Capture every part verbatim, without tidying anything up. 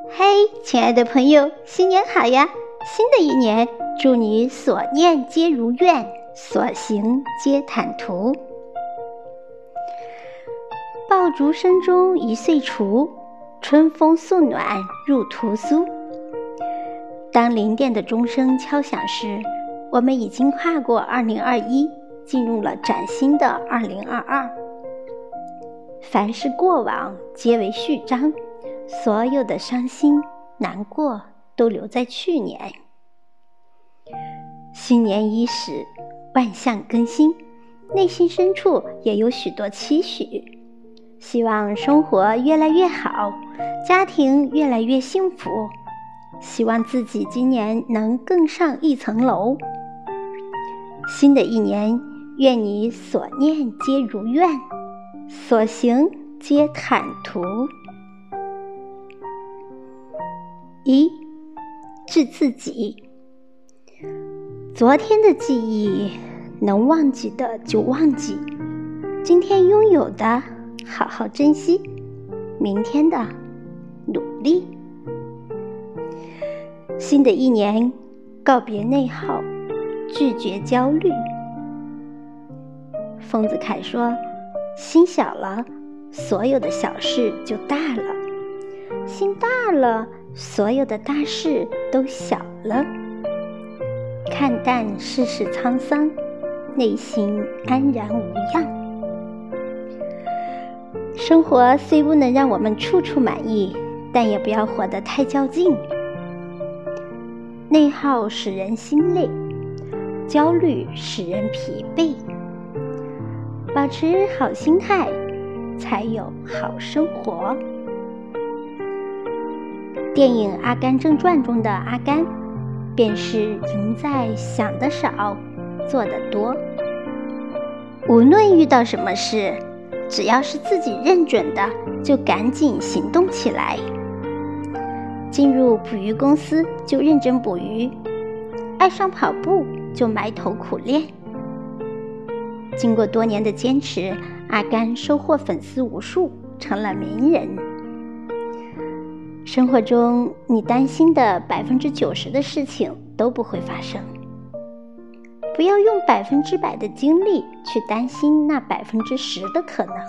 嘿，亲爱的朋友，新年好呀！新的一年，祝你所念皆如愿，所行皆坦途。爆竹声中一岁除，春风送暖入屠苏。当零点的钟声敲响时，我们已经跨过二零二一，进入了崭新的二零二二。凡是过往，皆为序章，所有的伤心难过都留在去年。新年伊始，万象更新，内心深处也有许多期许，希望生活越来越好，家庭越来越幸福，希望自己今年能更上一层楼。新的一年，愿你所念皆如愿，所行皆坦途。一，治自己。昨天的记忆，能忘记的就忘记，今天拥有的好好珍惜，明天的努力。新的一年，告别内耗，拒绝焦虑。丰子恺说，心小了，所有的小事就大了；心大了，所有的大事都小了。看淡世事沧桑，内心安然无恙。生活虽不能让我们处处满意，但也不要活得太较劲。内耗使人心累，焦虑使人疲惫。保持好心态，才有好生活。电影《阿甘正传》中的阿甘，便是赢在想得少，做得多。无论遇到什么事，只要是自己认准的，就赶紧行动起来。进入捕鱼公司就认真捕鱼，爱上跑步就埋头苦练。经过多年的坚持，阿甘收获粉丝无数，成了名人。生活中你担心的百分之九十的事情都不会发生，不要用百分之百的精力去担心那百分之十的可能。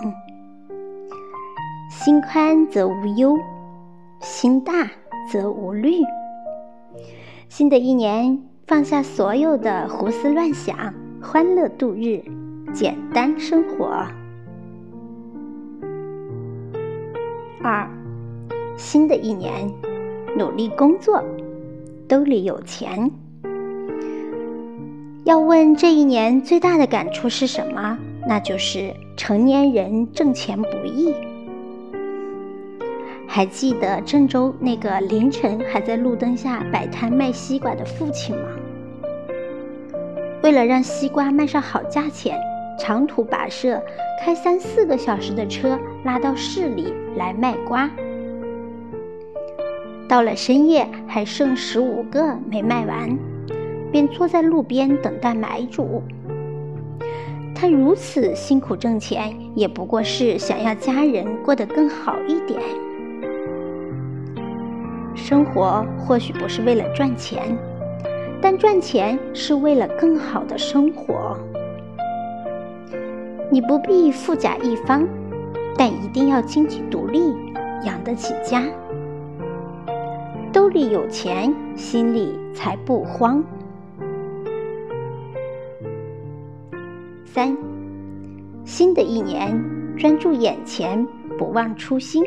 心宽则无忧，心大则无虑。新的一年，放下所有的胡思乱想，欢乐度日，简单生活。二，新的一年，努力工作，兜里有钱。要问这一年最大的感触是什么？那就是成年人挣钱不易。还记得郑州那个凌晨还在路灯下摆摊卖西瓜的父亲吗？为了让西瓜卖上好价钱，长途跋涉，开三四个小时的车拉到市里来卖瓜。到了深夜还剩十五个没卖完，便坐在路边等待买主。他如此辛苦挣钱，也不过是想要家人过得更好一点。生活或许不是为了赚钱，但赚钱是为了更好的生活。你不必富甲一方，但一定要经济独立，养得起家。兜里有钱，心里才不慌。三，新的一年，专注眼前，不忘初心。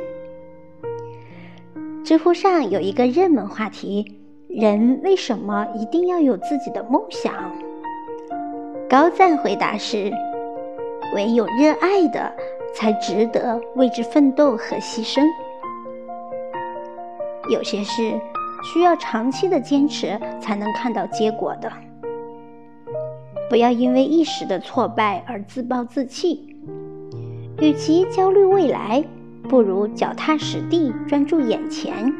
知乎上有一个热门话题，人为什么一定要有自己的梦想？高赞回答是，唯有热爱的，才值得为之奋斗和牺牲。有些事需要长期的坚持才能看到结果的。不要因为一时的挫败而自暴自弃，与其焦虑未来，不如脚踏实地，专注眼前。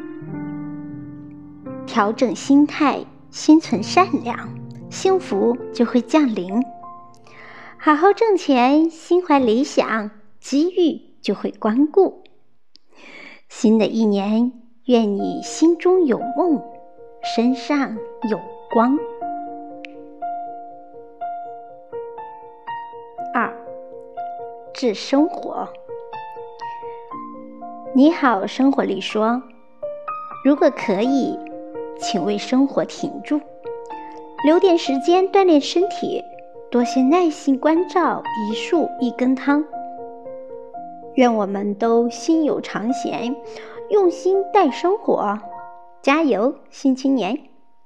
调整心态，心存善良，幸福就会降临。好好挣钱，心怀理想，机遇就会光顾。新的一年， 愿你心中有梦，身上有光。二，致生活。你好生活里说，如果可以，请为生活停住，留点时间锻炼身体，多些耐心关照一树一羹汤。愿我们都心有常闲，用心待生活，加油，新青年！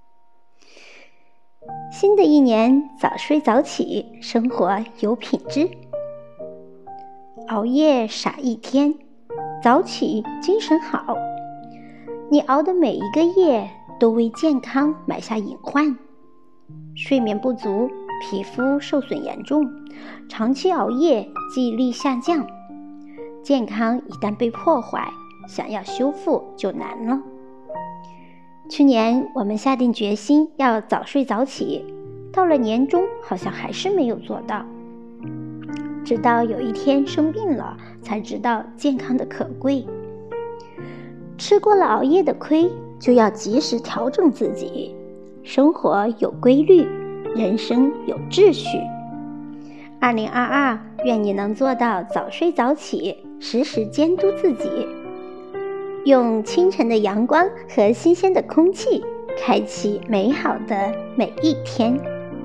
新的一年，早睡早起，生活有品质。熬夜傻一天，早起精神好。你熬的每一个夜，都为健康埋下隐患。睡眠不足，皮肤受损严重，长期熬夜，记忆力下降。健康一旦被破坏，想要修复就难了。去年我们下定决心要早睡早起，到了年终好像还是没有做到。直到有一天生病了，才知道健康的可贵。吃过了熬夜的亏，就要及时调整自己。生活有规律，人生有秩序。二零二二，愿你能做到早睡早起，时时监督自己，用清晨的阳光和新鲜的空气，开启美好的每一天。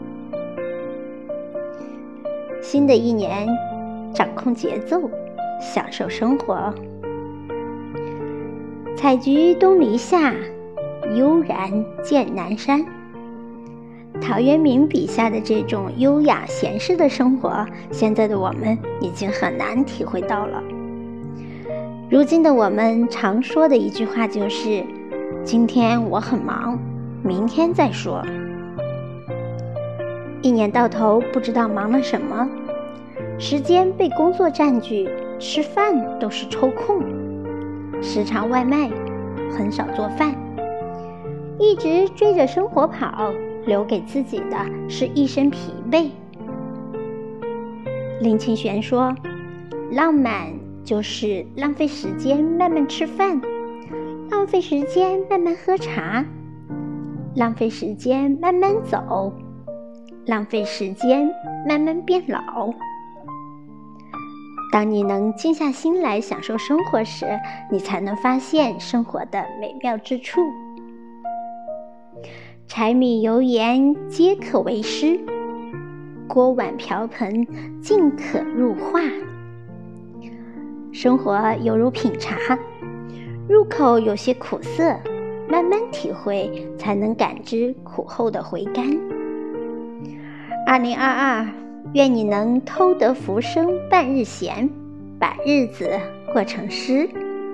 新的一年，掌控节奏，享受生活。采菊东篱下，悠然见南山。陶渊明笔下的这种优雅闲适的生活，现在的我们已经很难体会到了。如今的我们常说的一句话就是：今天我很忙，明天再说。一年到头不知道忙了什么，时间被工作占据，吃饭都是抽空，时常外卖，很少做饭，一直追着生活跑，留给自己的是一身疲惫。林清玄说，浪漫就是浪费时间慢慢吃饭，浪费时间慢慢喝茶，浪费时间慢慢走，浪费时间慢慢变老。当你能静下心来享受生活时，你才能发现生活的美妙之处。柴米油盐皆可为诗，锅碗瓢盆尽可入画。生活犹如品茶，入口有些苦涩，慢慢体会才能感知苦后的回甘。二零二二，愿你能偷得浮生半日闲，把日子过成诗。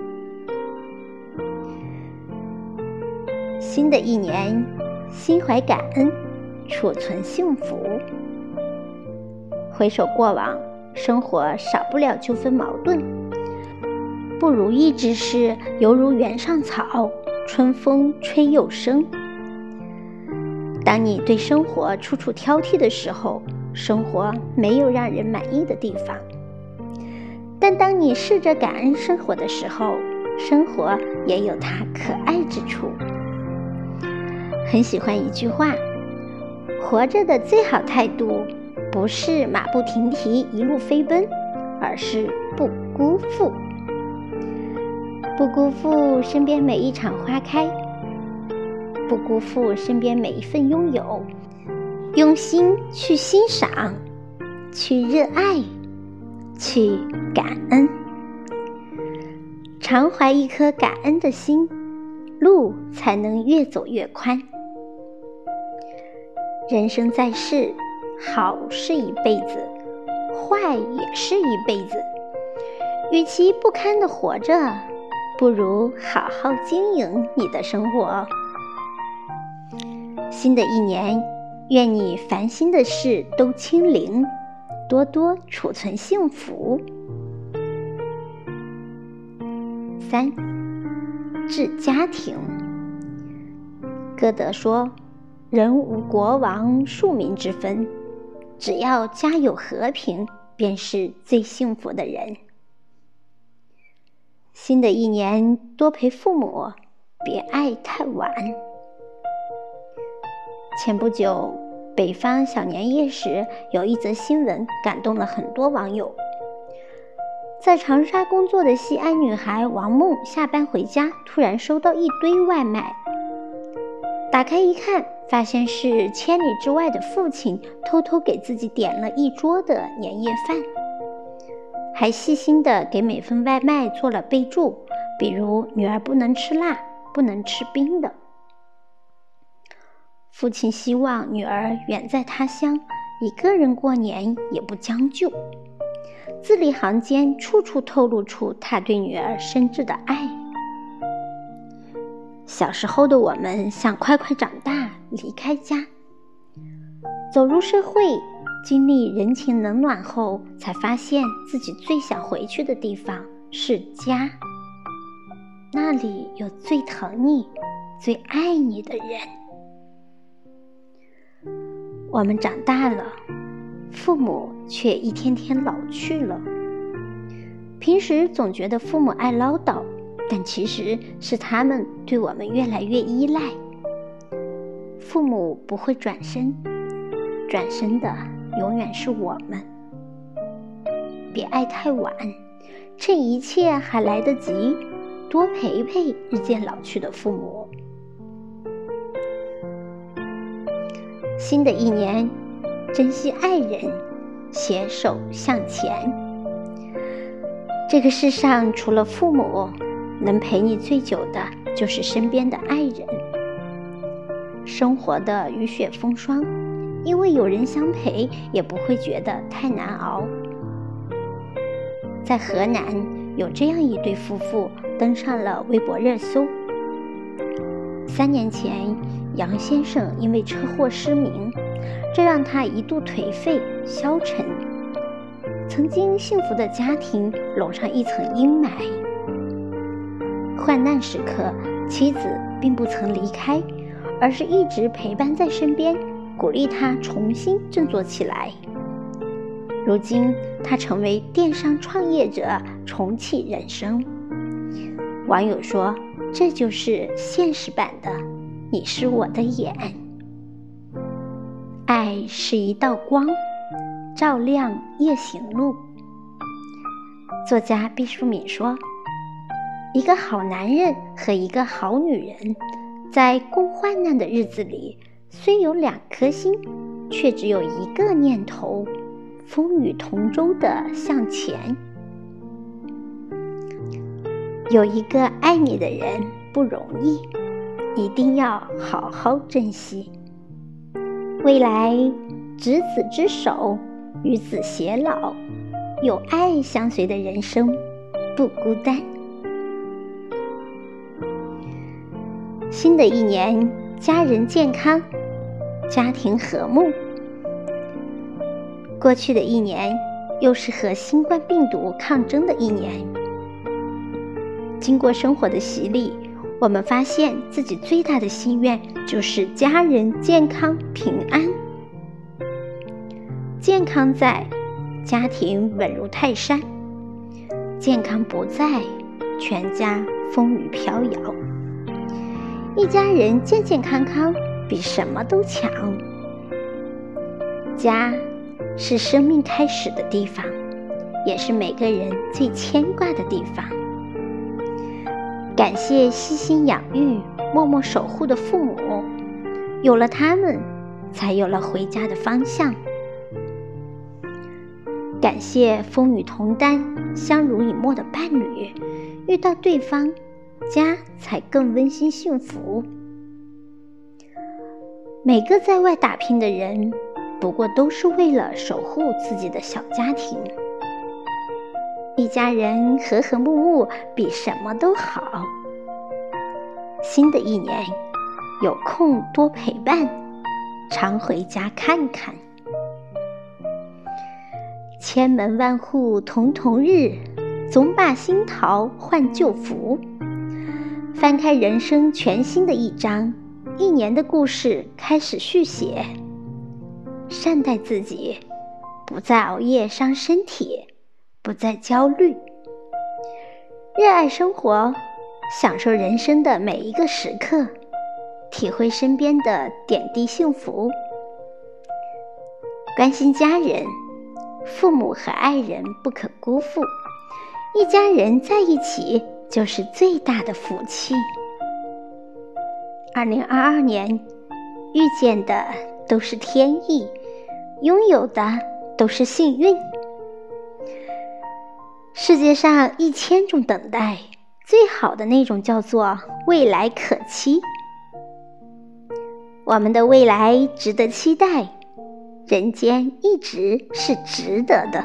新的一年，心怀感恩，储存幸福。回首过往，生活少不了纠纷矛盾，不如意之事犹如原上草，春风吹又生。当你对生活处处挑剔的时候，生活没有让人满意的地方。但当你试着感恩生活的时候，生活也有它可爱之处。很喜欢一句话，活着的最好态度，不是马不停蹄一路飞奔，而是不辜负。不辜负身边每一场花开，不辜负身边每一份拥有，用心去欣赏，去热爱，去感恩。常怀一颗感恩的心，路才能越走越宽。人生在世，好是一辈子，坏也是一辈子。与其不堪地活着，不如好好经营你的生活。新的一年，愿你烦心的事都清零，多多储存幸福。三，致家庭。歌德说，人无国王庶民之分，只要家有和平，便是最幸福的人。新的一年，多陪父母， 别爱太晚。前不久，北方小年夜时，有一则新闻感动了很多网友。在长沙工作的西安女孩王梦下班回家，突然收到一堆外卖。打开一看，发现是千里之外的父亲偷偷给自己点了一桌的年夜饭，还细心地给每份外卖做了备注，比如女儿不能吃辣，不能吃冰的。父亲希望女儿远在他乡，一个人过年也不将就，字里行间处处透露出他对女儿深挚的爱。小时候的我们想快快长大，离开家，走入社会，经历人情冷暖后，才发现自己最想回去的地方是家，那里有最疼你、最爱你的人。我们长大了，父母却一天天老去了。平时总觉得父母爱唠叨，但其实是他们对我们越来越依赖。父母不会转身，转身的永远是我们。别爱太晚，趁一切还来得及，多陪陪日渐老去的父母。新的一年，珍惜爱人，携手向前。这个世上除了父母，能陪你最久的就是身边的爱人。生活的雨雪风霜，因为有人相陪，也不会觉得太难熬。在河南，有这样一对夫妇登上了微博热搜。三年前，杨先生因为车祸失明，这让他一度颓废消沉，曾经幸福的家庭笼上一层阴霾。患难时刻，妻子并不曾离开，而是一直陪伴在身边，鼓励他重新振作起来。如今他成为电商创业者，重启人生。网友说，这就是现实版的你是我的眼。爱是一道光，照亮夜行路。作家毕淑敏说，一个好男人和一个好女人，在共患难的日子里，虽有两颗心，却只有一个念头，风雨同舟的向前。有一个爱你的人不容易，一定要好好珍惜。未来执子之手，与子偕老，有爱相随的人生不孤单。新的一年，家人健康，家庭和睦。过去的一年，又是和新冠病毒抗争的一年。经过生活的洗礼，我们发现自己最大的心愿就是家人健康平安。健康在，家庭稳如泰山；健康不在，全家风雨飘摇。一家人健健康康，比什么都强。家是生命开始的地方，也是每个人最牵挂的地方。感谢悉心养育、默默守护的父母，有了他们，才有了回家的方向。感谢风雨同担、相濡以沫的伴侣，遇到对方，家才更温馨幸福。每个在外打拼的人，不过都是为了守护自己的小家庭。一家人和和睦睦，比什么都好。新的一年，有空多陪伴，常回家看看。千门万户曈曈日，总把新桃换旧符。翻开人生全新的一章，一年的故事开始续写。善待自己，不再熬夜伤身体，不再焦虑。热爱生活， 享受人生的每一个时刻，体会身边的点滴幸福。关心家人，父母和爱人不可辜负，一家人在一起就是最大的福气。二零二二年，遇见的都是天意，拥有的都是幸运。世界上一千种等待，最好的那种叫做未来可期。我们的未来值得期待，人间一直是值得的。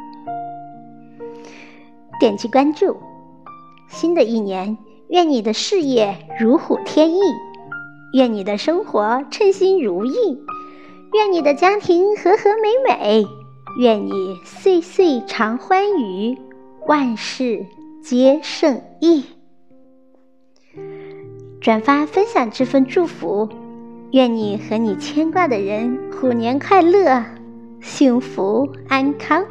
点击关注，新的一年，愿你的事业如虎添翼，愿你的生活称心如意，愿你的家庭和和美美，愿你岁岁常欢愉，万事皆胜意。转发分享这份祝福，愿你和你牵挂的人虎年快乐，幸福安康。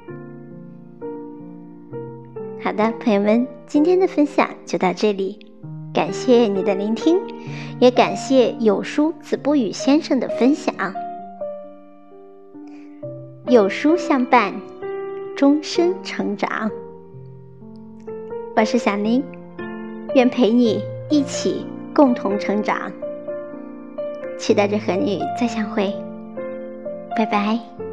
好的，朋友们，今天的分享就到这里，感谢你的聆听，也感谢有书子不语先生的分享。有书相伴，终身成长。我是小林，愿陪你一起共同成长，期待着和你再相会，拜拜。